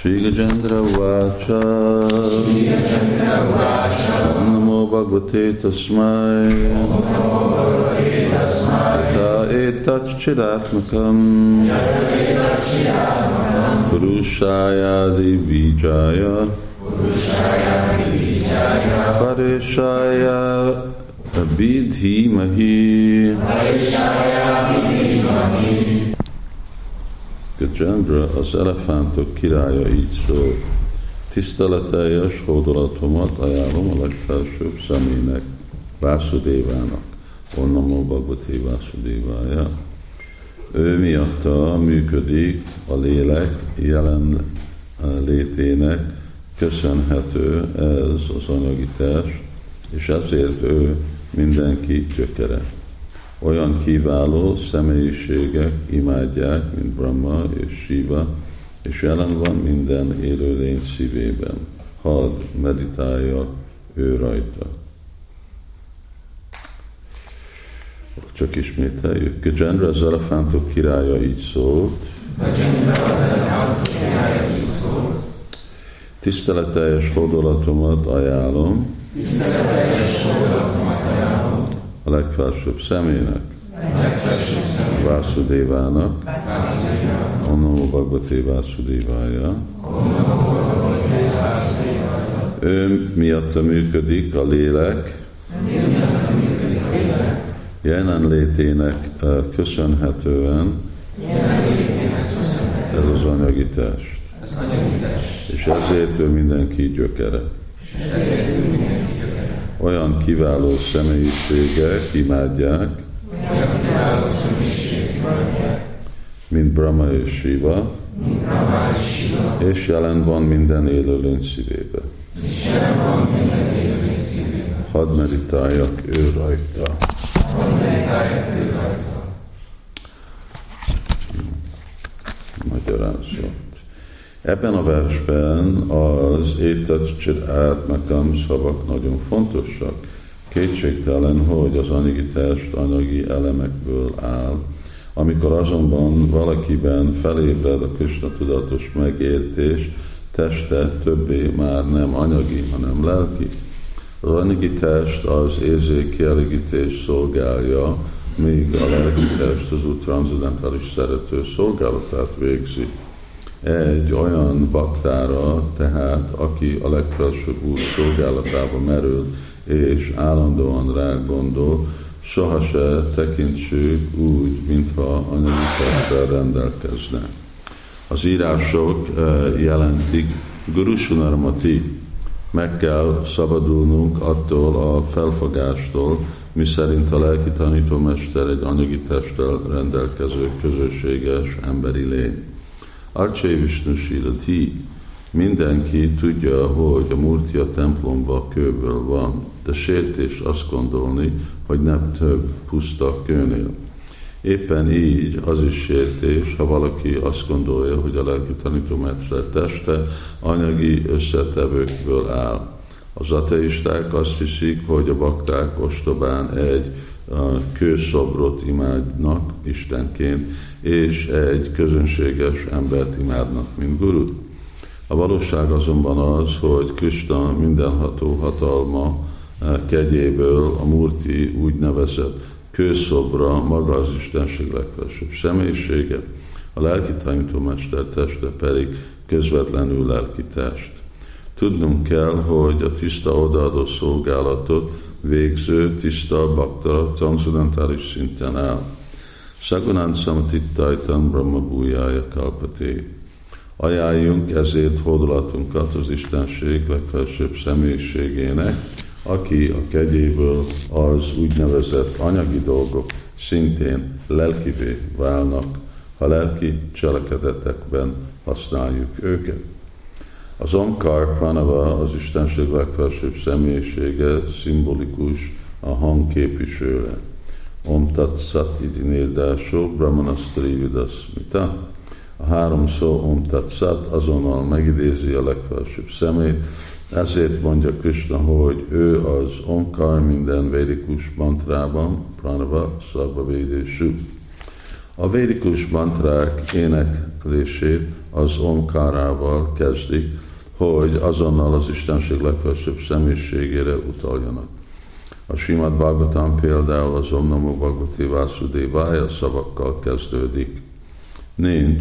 Shri Gajendra Vacha Namo Bhagavate Tasmai Yata Etat Chidatmakam Purushaya Divijaya Parishaya Abhidhimahi. Gajendra, az elefántok királya így szól: tiszteleteljes hódolatomat ajánlom a legfelsőbb személynek, Vásudévának. Onnamo Bhagavate Vásudévája. Ő miatta működik a lélek jelen létének, köszönhető ez az anyagi test, és ezért ő mindenki gyökere. Olyan kiváló személyiségek imádják, mint Brahma és Shiva, és jelen van minden élőlény szívében. Hadd meditáljak ő rajta. Csak ismételjük. Gajendra, az elefántok királya így szólt. Tiszteleteljes hódolatomat ajánlom a legfelsőbb személynek, Vásudévának, Onnamo Bhagavate Vásudévája. Ő miatta működik a lélek jelenlétének köszönhetően ez az anyagi test. És ezért ő mindenki gyökere. Olyan kiváló személyiségek imádják, mint Brahma és Shiva, és jelen van minden élőlény szívében. Hadd meditáljak ő rajta. Magyarázat. Ebben a versben az état csidátmakam szavak nagyon fontosak. Kétségtelen, hogy az anyagi test anyagi elemekből áll. Amikor azonban valakiben felébred a Krishna tudatos megértés, teste többé már nem anyagi, hanem lelki. Az anyagi test az érzékkielégítés szolgálja, míg a lelki test az úgy transzendentális szerető szolgálatát végzi. Egy olyan baktára, tehát aki a legfelsőbb úr szolgálatába merül, és állandóan rá gondol, sohasem tekintsük úgy, mintha anyagi testtel rendelkezne. Az írások jelentik Guru Sunarmati, meg kell szabadulnunk attól a felfogástól, miszerint a lelki tanítómester egy anyagi testtel rendelkező közösséges emberi lény. Archay Vishnu Shilati, mindenki tudja, hogy a Murti a templomban kőből van, de sértés azt gondolni, hogy nem több puszta kőnél. Éppen így az is sértés, ha valaki azt gondolja, hogy a lelki tanítómester teste anyagi összetevőkből áll. Az ateisták azt hiszik, hogy a bakták ostobán egy kőszobrot imádnak Istenként, és egy közönséges embert imádnak, mint gurut. A valóság azonban az, hogy Krishna mindenható hatalma kegyéből a Murti úgynevezett kőszobra maga az Istenség legfelsőbb személyisége, a lelki tanítómester teste pedig közvetlenül lelki test. Tudnunk kell, hogy a tiszta odaadó szolgálatot végző tiszta bakta transzendentális szinten áll. Sagunant samatittajtan brahma bújája kalpati. Ajánljunk ezért hódolatunkat az Istenség legfelsőbb személyiségének, aki a kegyéből az úgynevezett anyagi dolgok szintén lelkivé válnak, ha lelki cselekedetekben használjuk őket. Az Omkar Pranava, az Istenség legfelsőbb személyisége szimbolikus a hangképviselőre. Om Tat Sat iti nirdásó Brahmanastri Vidasmita. A három szó Om Tat Sat azonnal megidézi a legfelsőbb személyt, ezért mondja Krishna, hogy ő az Omkar minden védikus mantrában, Pranava Szarva Védésű. A védikus mantrák éneklését az omkárával kezdik, hogy azonnal az Istenség legfelsőbb személyiségére utaljanak. A Srimad Bhagavatam például az Om Namo Bhagavate Vasudevaya szavakkal kezdődik. Nincs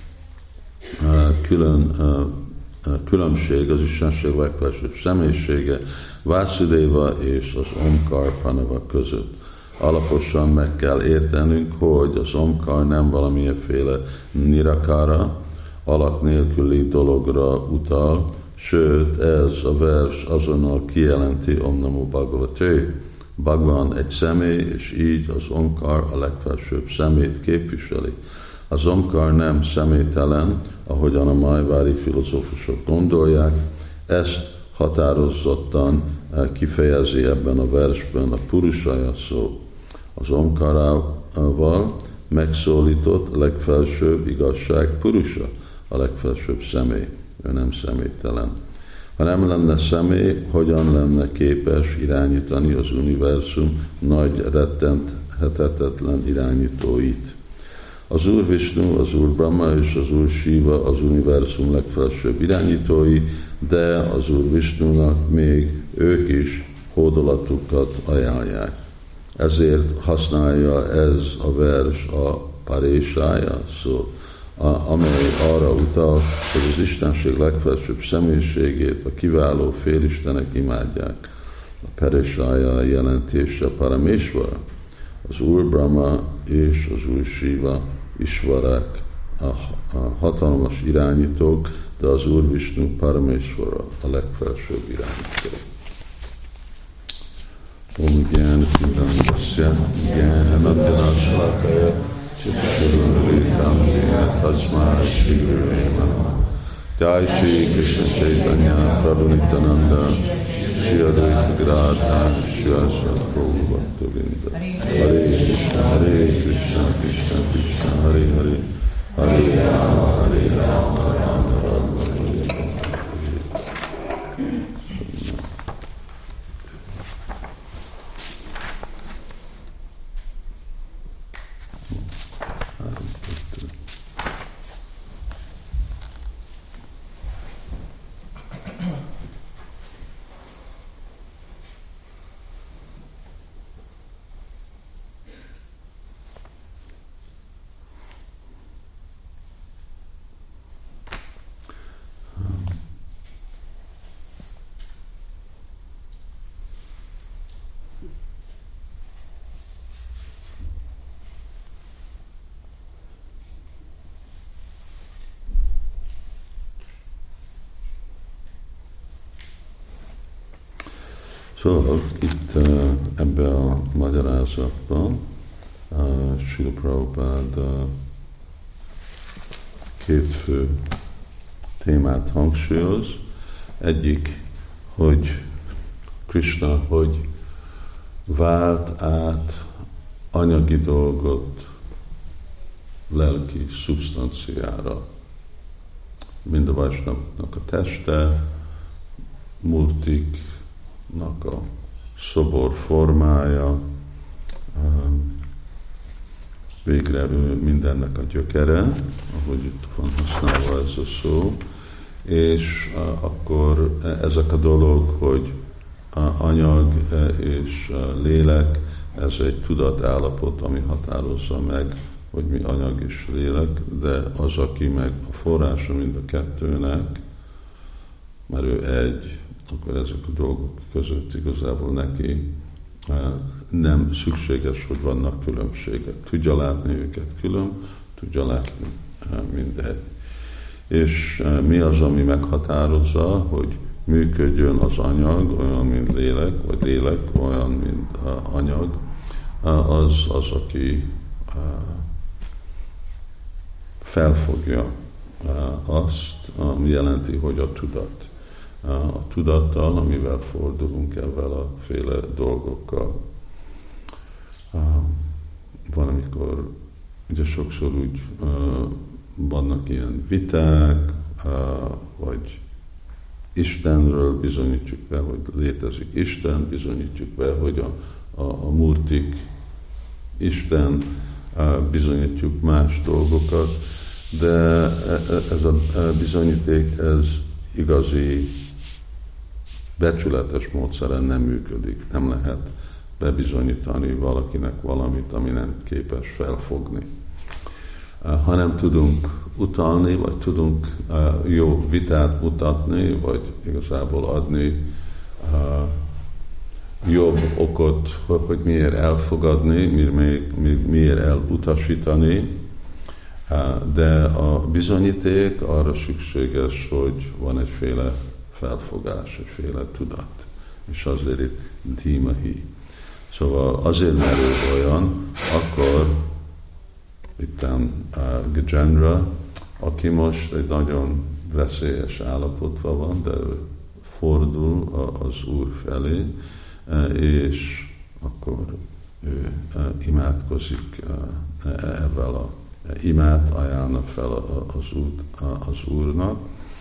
különbség az Istenség legfelsőbb személyisége Vasudeva és az Omkar Pranava között. Alaposan meg kell értenünk, hogy az Omkar nem valamilyenféle nirakára, alak nélküli dologra utal, sőt, ez a vers azonnal kijelenti Om Namo Bhagavate. Bhagavan egy személy, és így az Omkar a legfelsőbb személyt képviseli. Az Omkar nem személytelen, ahogyan a májvári filozófusok gondolják, ezt határozottan kifejezi ebben a versben a Purusaja szó. Az Omkarával megszólított legfelsőbb igazság Purusa, a legfelsőbb személy. Ő nem személytelen. Ha nem lenne személy, hogyan lenne képes irányítani az univerzum nagy rettenthetetlen irányítóit? Az Úr Vishnu, az Úr Brahma és az Úr Shiva az univerzum legfelsőbb irányítói, de az Úr Vishnunak még ők is hódolatukat ajánlják. Ezért használja ez a vers a parésája szót, amely arra utal, hogy az Istenség legfelsőbb személyiségét a kiváló félistenek imádják. A parésája jelentése Parameshvara. Az Úr Brahma és az Úr Shiva Isvarák, a hatalmas irányítók, de az Úr Vishnu Parameshvara a legfelsőbb irányító. Om Gyán Pidandasya Gyánadjana Salakaya Chittarunavitamya Tasmā Shri Gurave Namaha. Jai Shri Krishna Chaitanya Prabhu Nityananda Shri Advaita Gadadhara Shivasa Prabhu Bhaktavinda. Hare Krishna, Krishna Krishna, Hare Hare, Hare Rama, Hare Rama, Rama Rama, Hare Hare. Szóval itt ebben a magyarázatban Srila Prabhupád két fő témát hangsúlyoz. Egyik, hogy Krishna hogy vált át anyagi dolgot lelki szubstanciára. Mind a Vaisnavnak a teste, multiknak a szobor formája, végre ő mindennek a gyökere, ahogy itt van használva ez a szó, és akkor ezek a dolog, hogy anyag és lélek, ez egy tudatállapot, ami határozza meg, hogy mi anyag és lélek, de az, aki meg a forrása mind a kettőnek, mert ő egy, akkor ezek a dolgok között igazából neki nem szükséges, hogy vannak különbségek. Tudja látni őket külön, tudja látni mindegy. És mi az, ami meghatározza, hogy működjön az anyag, olyan, mint lélek, vagy lélek, olyan, mint anyag, az, aki felfogja azt, ami jelenti, hogy a tudat. A tudattal, amivel fordulunk ezzel a féle dolgokkal. Van, amikor ugye sokszor úgy vannak ilyen viták, vagy Istenről bizonyítjuk be, hogy létezik Isten, bizonyítjuk be, hogy a murtik Isten, bizonyítjuk más dolgokat, de ez a bizonyíték, ez igazi, becsületes módszeren nem működik. Nem lehet bebizonyítani valakinek valamit, ami nem képes felfogni. Hanem tudunk utalni, vagy tudunk jó vitát mutatni, vagy igazából adni jobb okot, hogy miért elfogadni, miért elutasítani, de a bizonyíték arra szükséges, hogy van egyféle felfogás, egyféle tudat, és azért itt dímahi. Szóval azért, mert ő olyan, akkor itten Gajendra, aki most egy nagyon veszélyes állapotban van, de ő fordul az Úr felé, és akkor ő imádkozik ebben a imát ajánlna fel az Úrnak,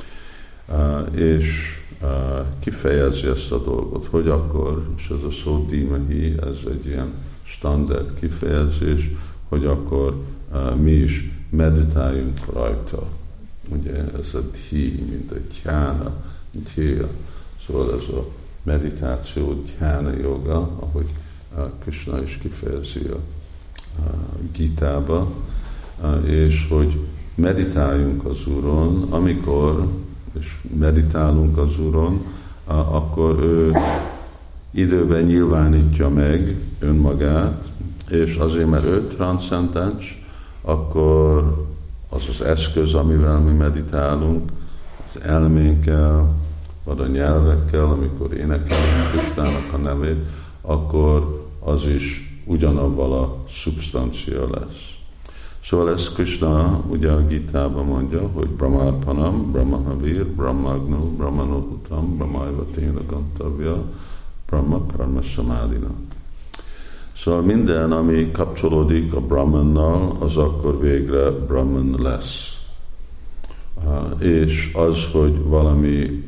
és kifejezi ezt a dolgot, hogy akkor, és ez a szó dímahi, ez egy ilyen standard kifejezés, hogy akkor mi is meditáljunk rajta. Ugye ez a dhi, mint a dhyána, dhya. Szóval ez a meditáció, dhyána joga, ahogy Krishna is kifejezi a Gitába, és hogy meditáljunk az Úron, amikor és meditálunk az Úron, akkor ő időben nyilvánítja meg önmagát, és azért, mert ő transzcendens, akkor az az eszköz, amivel mi meditálunk, az elménkkel, vagy a nyelvekkel, amikor énekelünk Krisnának a nevét, akkor az is ugyanabban a szubstancia lesz. Szóval ezt Krishna ugye a Gitában mondja, hogy Brahmarpanam, Brahmahavir, Brahmagnu, Brahmanohutam, Brahmaiva Téna Gantavya, Brahma Karma Samadina. Szóval minden, ami kapcsolódik a Brahmannal, az akkor végre Brahman lesz. És az, hogy valami,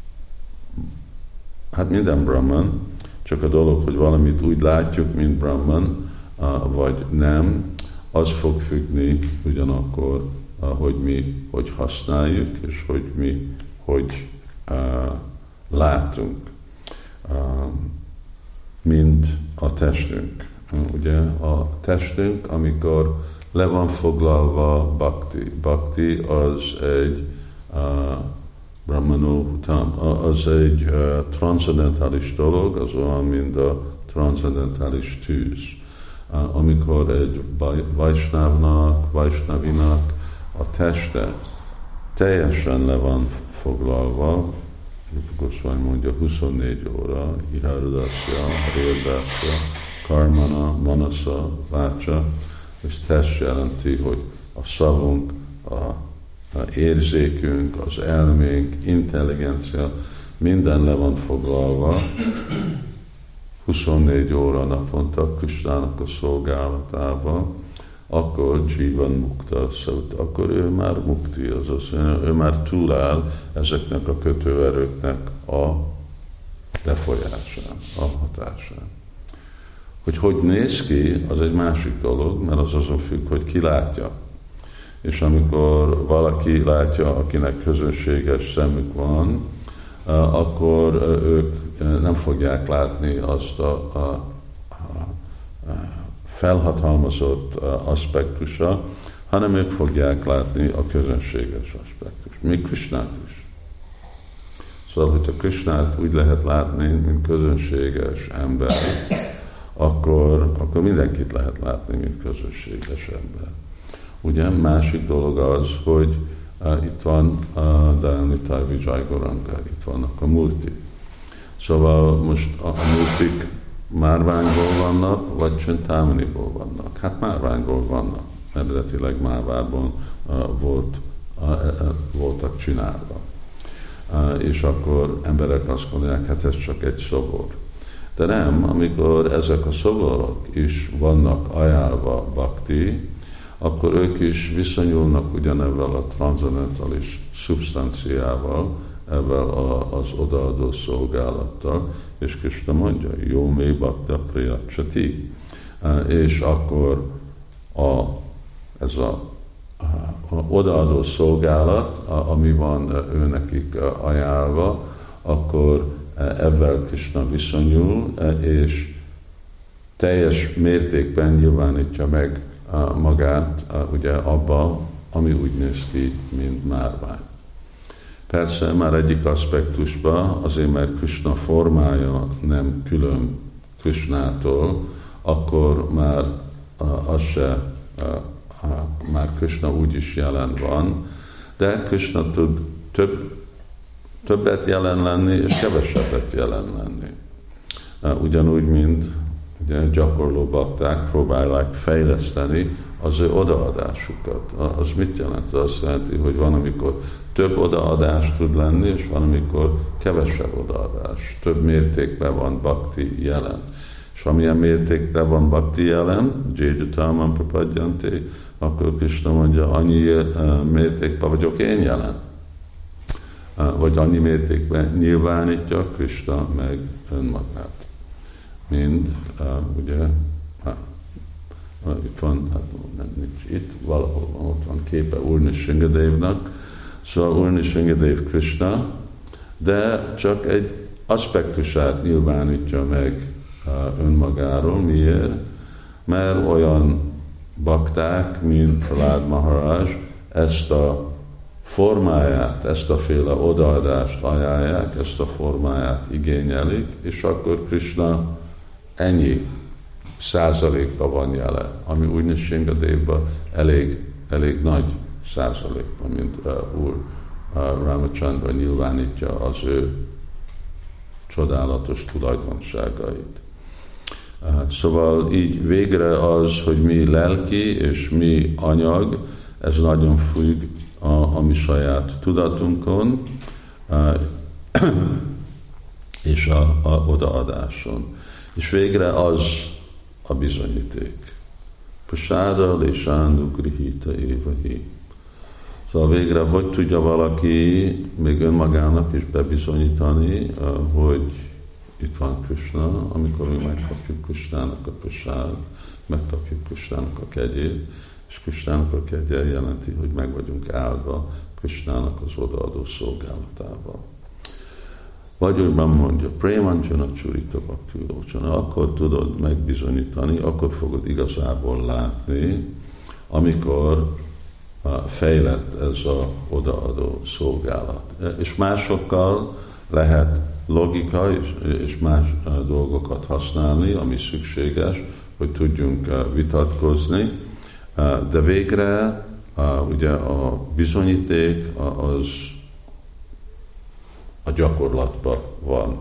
hát minden Brahman, csak a dolog, hogy valamit úgy látjuk, mint Brahman, vagy nem, az fog függni ugyanakkor, hogy mi hogy használjuk, és hogy mi hogy látunk, mint a testünk. Ugye a testünk, amikor le van foglalva bhakti. Bhakti az egy brahmanohutam, az egy transzendentális dolog, az olyan, mint a transzendentális tűz. Amikor egy Vaisnavinak a teste teljesen le van foglalva, Goswami mondja 24 óra, Iharadasya, Hariadasya, Karmana, Manasa, Vácsa, és test jelenti, hogy a szavunk, a érzékünk, az elménk, intelligencia, minden le van foglalva, 24 óra naponta Krishnának a szolgálatába, akkor Jivan Mukta, szóval akkor ő már mukti, azaz ő már túláll ezeknek a kötőerőknek a befolyásán, a hatásán. Hogy néz ki, az egy másik dolog, mert az azon függ, hogy ki látja. És amikor valaki látja, akinek közönséges szemük van, akkor ők nem fogják látni azt a felhatalmazott aspektusa, hanem ők fogják látni a közönséges aspektus. Még Krishnát is. Szóval, hogyha Krishnát úgy lehet látni, mint közönséges ember, akkor mindenkit lehet látni, mint közönséges ember. Ugye másik dolog az, hogy itt van Dayanitai Vijay Gauranga, itt vannak a multi. Szóval most a multik márványból vannak, vagy Csintámaniból vannak. Hát márványból vannak. Eredetileg Márványban voltak csinálva. És akkor emberek azt mondják, hát ez csak egy szobor. De nem, amikor ezek a szoborok is vannak ajánlva bhakti, akkor ők is viszonyulnak ugyanebben a transzendentális szubstanciával, ebben az odaadó szolgálattal, és Krishna mondja, jó mé bhakta priyachati. És akkor ez a odaadó szolgálat, ami van őnekik ajánlva, akkor ebben Krishna viszonyul, és teljes mértékben nyilvánítja meg magát ugye abba, ami úgy néz ki, mint márvány. Persze már egyik aspektusban, azért mert Krishna formája nem külön Krishnától, akkor már az se, már Krishna úgyis jelen van, de Krishna tud többet jelen lenni, és kevesebbet jelen lenni. Ugyanúgy, mint ugye, gyakorló bakták próbálják fejleszteni az ő odaadásukat. Az mit jelent? Azt jelenti, hogy van, amikor több odaadás tud lenni, és van, amikor kevesebb odaadás. Több mértékben van bhakti jelen. És amilyen mértékben van bhakti jelen, Jédutáman prapadjanté, akkor Krishna mondja, annyi mértékben vagyok én jelen. Vagy annyi mértékben nyilvánítja Krishna meg önmagát. Mind, ugye, itt van, hát nem nincs itt, valahol van, ott van képe Úr Nrisingadevnak, szóval Úr Nrisingadev Krishna, de csak egy aspektusát nyilvánítja meg önmagáról. Miért? Mert olyan bakták, mint Prahlad Maharaj, ezt a formáját, ezt a féle odaadást ajánlják, ezt a formáját igényelik, és akkor Krishna ennyi százalékban van jelen, ami úgy Nrisingadevban elég nagy százalékban, mint Úr Ramachandra nyilvánítja az ő csodálatos tulajdonságait. Szóval így végre az, hogy mi lelki és mi anyag, ez nagyon függ a mi saját tudatunkon és a odaadáson. És végre az a bizonyíték. Prasáda lésánu grihita évahi. Szóval végre hogy tudja valaki még önmagának is bebizonyítani, hogy itt van Krishna, amikor mi megkapjuk Krishnának a prasád, megkapjuk Krishnának a kegyét, és Krishnának a kegye jelenti, hogy meg vagyunk áldva Krishnának az odaadó szolgálatával. Vagy úgy mondja, Premanjana Csurita Bhakti Vilochana, akkor tudod megbizonyítani, akkor fogod igazából látni, amikor fejlett ez a odaadó szolgálat. És másokkal lehet logika és más dolgokat használni, ami szükséges, hogy tudjunk vitatkozni, de végre ugye a bizonyíték az a gyakorlatban van.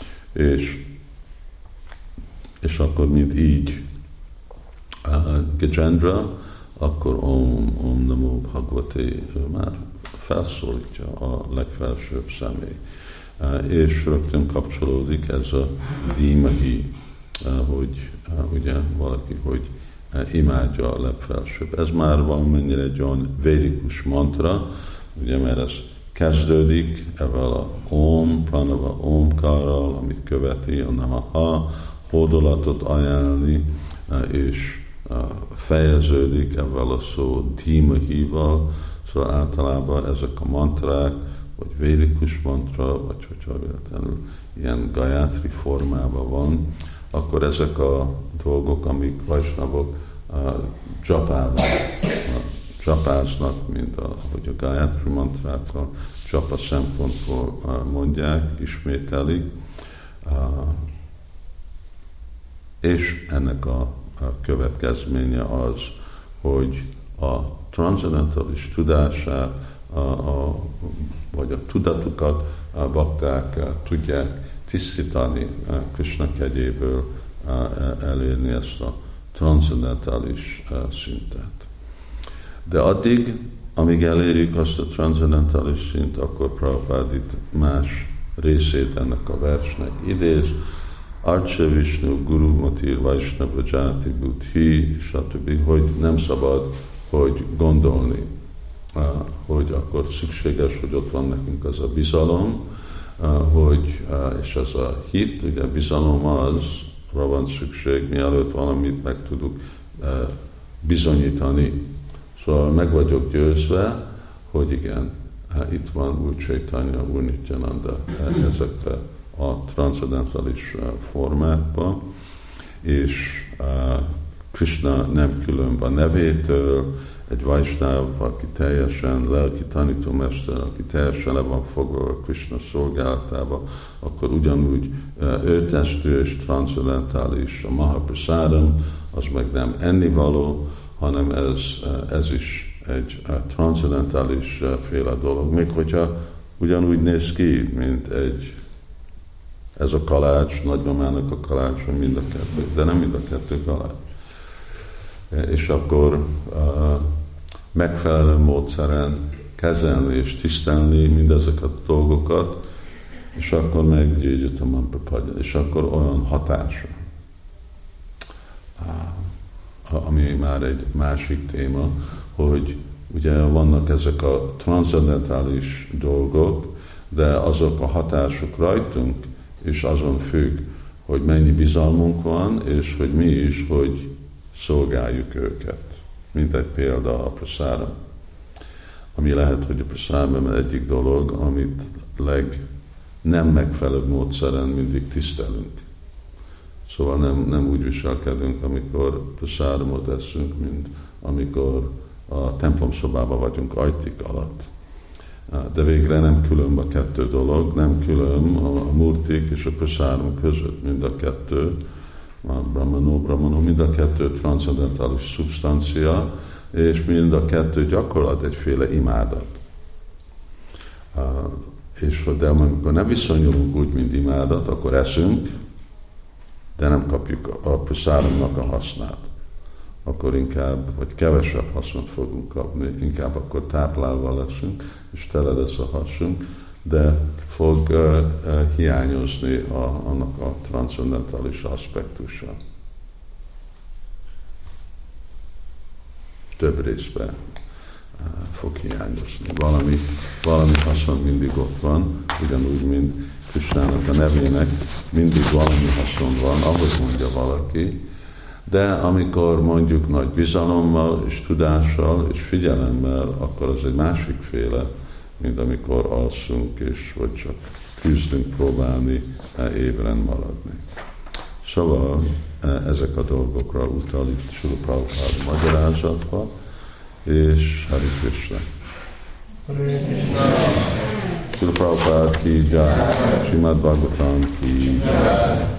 És akkor mint így Gajendra, akkor Om Namo Bhagavate, ő már felszólítja a legfelsőbb személy. És rögtön kapcsolódik ez a Dhimahi, hogy ugye valaki, hogy imádja a legfelsőbb. Ez már valamennyire egy olyan védikus mantra, ugye, mert ez kezdődik ezzel a Om, Pranava Omkarral, amit követi a Namaha, hódolatot ajánlni, és fejeződik ezzel a szó Dhimahival, szóval általában ezek a mantrák, vagy védikus mantra, vagy hogyha véletlenül ilyen Gayatri formában van, akkor ezek a dolgok, amik Vaisnavok csapáznak, mint ahogy a Gayatri mantrákkal csapa szempontból mondják, ismételik, és ennek a következménye az, hogy a transzendentális tudását, vagy a tudatukat a bakták tudják tisztítani Krishna kegyéből, elérni ezt a transzendentális szintet. De addig, amíg elérjük azt a transzendentális szint, akkor Prabhupád itt más részét ennek a versnek idéz, Archa Vishnu Guru Matir Vaishnava Jati Buddhi, stb., hogy nem szabad, hogy gondolni, hogy akkor szükséges, hogy ott van nekünk az a bizalom, hogy, és az a hit, ugye bizalom azra van szükség, mielőtt valamit meg tudunk bizonyítani. Szóval meg vagyok győzve, hogy igen, itt van Úr Chaitanya, Úr Nityananda ezekben a transzendentális formákban, és Krishna nem különb a nevétől, egy Vaisnáv, aki teljesen lelki tanítómester, aki teljesen le van fogva a Krishna szolgálatába, akkor ugyanúgy őtestű és transzendentális. A Mahaprasadam az meg nem ennivaló, hanem ez is egy transzendentális féle dolog. Még hogyha ugyanúgy néz ki, mint ez a kalács, nagymamának a kalácsa, mind a kettő, de nem mind a kettő kalács. És akkor megfelelő módszeren kezelni és tisztelni mindezeket a dolgokat, és akkor meggyógyít a mantrapadja, és akkor olyan hatása, ami már egy másik téma, hogy ugye vannak ezek a transzendentális dolgok, de azok a hatások rajtunk, és azon függ, hogy mennyi bizalmunk van, és hogy mi is, hogy szolgáljuk őket. Mint egy példa a prasadam. Ami lehet, hogy a prasadam egyik dolog, amit nem megfelelő módszeren mindig tisztelünk. Szóval nem úgy viselkedünk, amikor prasadamot eszünk, mint amikor a templomszobában vagyunk ajtik alatt. De végre nem különb a kettő dolog, nem különb a murtik és a prasadam között, mind a kettő, a brahmano, mind a kettő transzendentális szubstancia, és mind a kettő gyakorlat egyféle imádat. De amikor nem viszonyulunk úgy, mint imádat, akkor eszünk, de nem kapjuk a prasadamnak a hasznát. Akkor inkább, vagy kevesebb hasznot fogunk kapni, inkább akkor táplálva leszünk, és tele lesz a hasunk, de fog hiányozni annak a transzendentális aspektusa. Több részben fog hiányozni. Valami haszon mindig ott van, ugyanúgy, mint Krishnának a nevének mindig valami haszon van, ahogy mondja valaki, de amikor mondjuk nagy bizalommal és tudással és figyelemmel, akkor az egy másik féle, mint amikor alszunk, és vagy csak küzdünk próbálni ébren maradni. Szóval ezek a dolgokra utal itt Srila Prabhupáda magyarázatba, és Hare Krishna. Srila Prabhupáda ki jai, Srimad Bhagavatam ki jai.